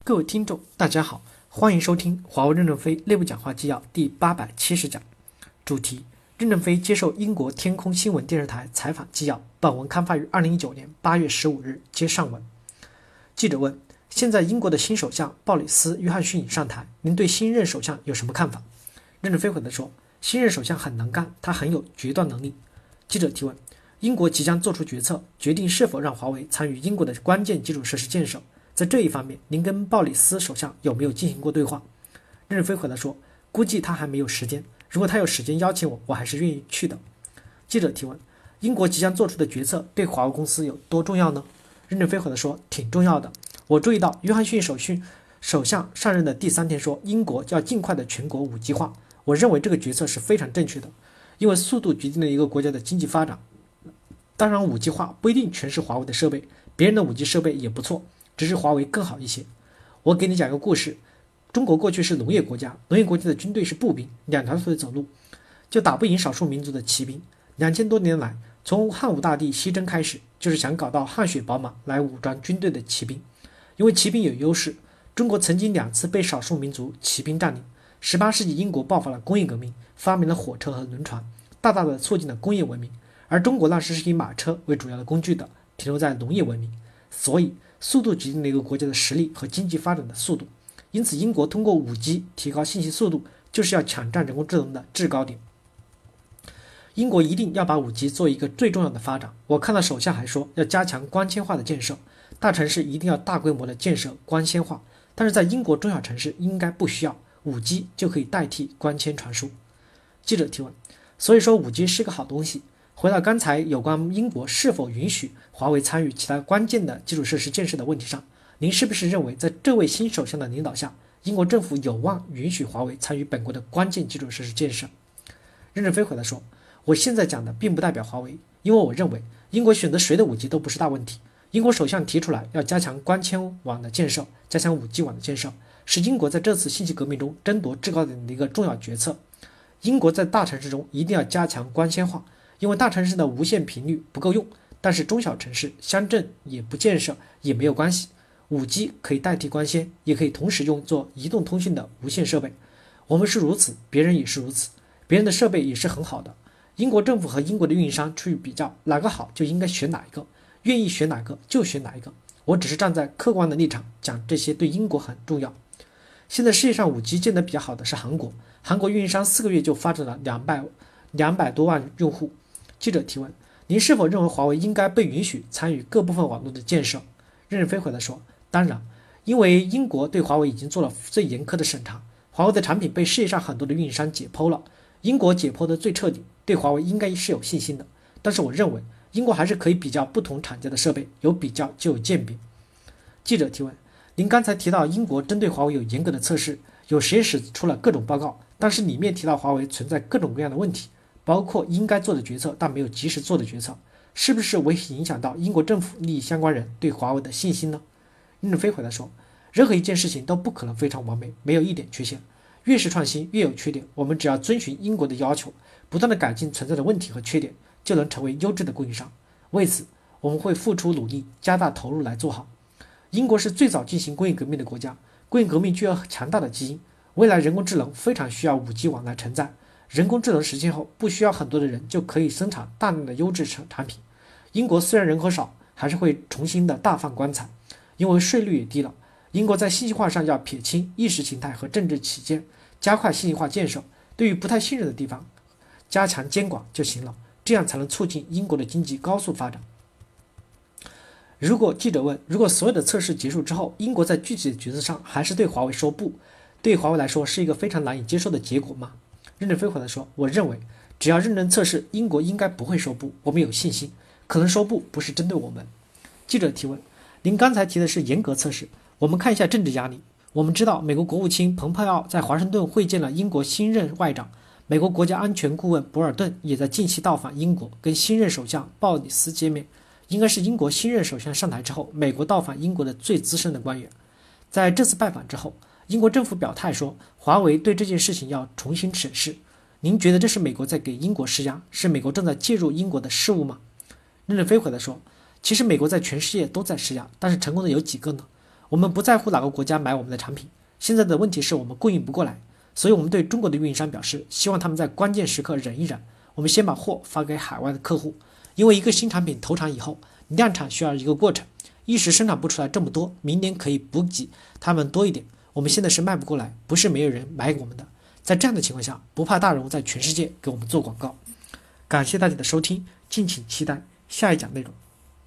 各位听众，大家好，欢迎收听华为任正非内部讲话纪要第870讲，主题：任正非接受英国天空新闻电视台采访纪要。本文刊发于2019年8月15日，接上文。记者问：现在英国的新首相鲍里斯·约翰逊已上台，您对新任首相有什么看法？任正非回答说：新任首相很能干，他很有决断能力。记者提问：英国即将做出决策，决定是否让华为参与英国的关键基础设施建设。在这一方面，您跟鲍里斯首相有没有进行过对话？任正非回答说：估计他还没有时间，如果他有时间邀请我，我还是愿意去的。记者提问：英国即将做出的决策对华为公司有多重要呢？任正非回答说：挺重要的。我注意到约翰逊首相上任的第3天说，英国要尽快的全国5G化。我认为这个决策是非常正确的，因为速度决定了一个国家的经济发展。当然，5G化不一定全是华为的设备，别人的5G设备也不错，只是华为更好一些。我给你讲个故事，中国过去是农业国家，农业国家的军队是步兵，2条腿走路，就打不赢少数民族的骑兵。2000多年来，从汉武大帝西征开始，就是想搞到汗血宝马来武装军队的骑兵。因为骑兵有优势，中国曾经2次被少数民族骑兵占领。18世纪英国爆发了工业革命，发明了火车和轮船，大大的促进了工业文明。而中国那时是以马车为主要的工具的，停留在农业文明。所以速度决定了一个国家的实力和经济发展的速度。因此英国通过 5G 提高信息速度，就是要抢占人工智能的制高点。英国一定要把 5G 做一个最重要的发展。我看到首相还说要加强光纤化的建设，大城市一定要大规模的建设光纤化，但是在英国中小城市应该不需要， 5G 就可以代替光纤传输。记者提问：所以说 5G 是个好东西。回到刚才有关英国是否允许华为参与其他关键的基础设施建设的问题上，您是不是认为在这位新首相的领导下，英国政府有望允许华为参与本国的关键基础设施建设？任正非回答说：我现在讲的并不代表华为，因为我认为英国选择谁的 5G 都不是大问题。英国首相提出来要加强光纤网的建设，加强 5G 网的建设，是英国在这次信息革命中争夺制高点的一个重要决策。英国在大城市中一定要加强光纤化，因为大城市的无线频率不够用，但是中小城市、乡镇也不建设也没有关系。5G 可以代替光纤，也可以同时用作移动通讯的无线设备。我们是如此，别人也是如此，别人的设备也是很好的。英国政府和英国的运营商出于比较，哪个好就应该选哪一个，愿意选哪个就选哪一个。我只是站在客观的立场讲这些对英国很重要。现在世界上 5G 建得比较好的是韩国，韩国运营商4个月就发展了200多万用户。记者提问：您是否认为华为应该被允许参与各部分网络的建设？任正非回答说：当然，因为英国对华为已经做了最严苛的审查，华为的产品被世界上很多的运营商解剖了，英国解剖的最彻底，对华为应该是有信心的。但是我认为英国还是可以比较不同厂家的设备，有比较就有鉴别。记者提问：您刚才提到英国针对华为有严格的测试，有实验室出了各种报告，但是里面提到华为存在各种各样的问题，包括应该做的决策但没有及时做的决策，是不是会影响到英国政府利益相关人对华为的信心呢？任正非回答说：任何一件事情都不可能非常完美，没有一点缺陷，越是创新越有缺点，我们只要遵循英国的要求，不断的改进存在的问题和缺点，就能成为优质的供应商。为此我们会付出努力，加大投入来做好。英国是最早进行工业革命的国家，工业革命具有强大的基因，未来人工智能非常需要 5G 网来承载。人工智能实现后，不需要很多的人就可以生产大量的优质产品。英国虽然人口少，还是会重新的大放光彩，因为税率也低了。英国在信息化上要撇清意识形态和政治起见，加快信息化建设，对于不太信任的地方加强监管就行了，这样才能促进英国的经济高速发展。记者问：如果所有的测试结束之后，英国在具体的决策上还是对华为说不，对华为来说是一个非常难以接受的结果吗？任正非回答说：我认为只要认真测试，英国应该不会说不，我们有信心。可能说不是针对我们。记者提问：您刚才提的是严格测试，我们看一下政治压力。我们知道美国国务卿蓬佩奥在华盛顿会见了英国新任外长，美国国家安全顾问博尔顿也在近期到访英国，跟新任首相鲍里斯见面，应该是英国新任首相上台之后，美国到访英国的最资深的官员。在这次拜访之后，英国政府表态说，华为对这件事情要重新审视。您觉得这是美国在给英国施压，是美国正在介入英国的事务吗？任正非回答说，其实美国在全世界都在施压，但是成功的有几个呢？ 我们不在乎哪个国家买我们的产品，现在的问题是我们供应不过来，所以我们对中国的运营商表示，希望他们在关键时刻忍一忍，我们先把货发给海外的客户，因为一个新产品投产以后，量产需要一个过程，一时生产不出来这么多，明年可以补给他们多一点。我们现在是卖不过来，不是没有人买我们的。在这样的情况下，不怕大荣在全世界给我们做广告。感谢大家的收听，敬请期待下一讲内容。